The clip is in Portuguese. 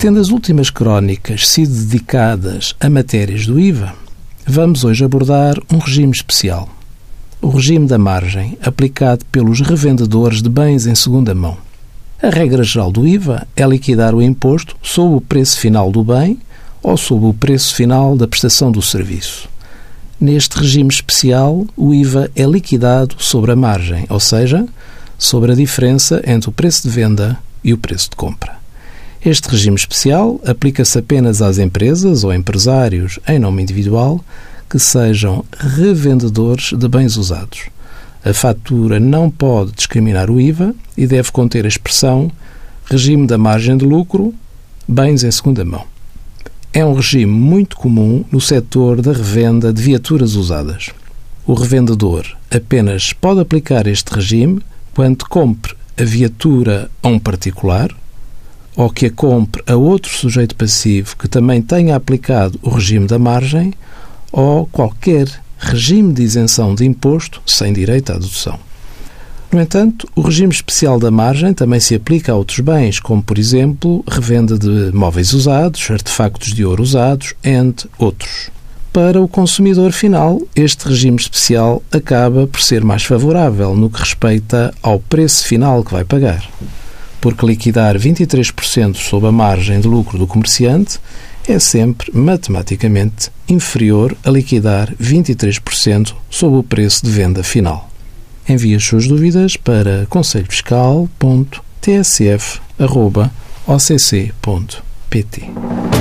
Tendo as últimas crónicas sido dedicadas a matérias do IVA, vamos hoje abordar um regime especial, o regime da margem, aplicado pelos revendedores de bens em segunda mão. A regra geral do IVA é liquidar o imposto sobre o preço final do bem ou sobre o preço final da prestação do serviço. Neste regime especial, o IVA é liquidado sobre a margem, ou seja, sobre a diferença entre o preço de venda e o preço de compra. Este regime especial aplica-se apenas às empresas ou empresários em nome individual que sejam revendedores de bens usados. A fatura não pode discriminar o IVA e deve conter a expressão regime da margem de lucro, bens em segunda mão. É um regime muito comum no setor da revenda de viaturas usadas. O revendedor apenas pode aplicar este regime quando compre a viatura a um particular ou que a compre a outro sujeito passivo que também tenha aplicado o regime da margem ou qualquer regime de isenção de imposto sem direito à dedução. No entanto, o regime especial da margem também se aplica a outros bens, como, por exemplo, revenda de móveis usados, artefactos de ouro usados, entre outros. Para o consumidor final, este regime especial acaba por ser mais favorável no que respeita ao preço final que vai pagar, porque liquidar 23% sob a margem de lucro do comerciante é sempre matematicamente inferior a liquidar 23% sob o preço de venda final. Envie as suas dúvidas para conselhofiscal.tsf@occ.pt.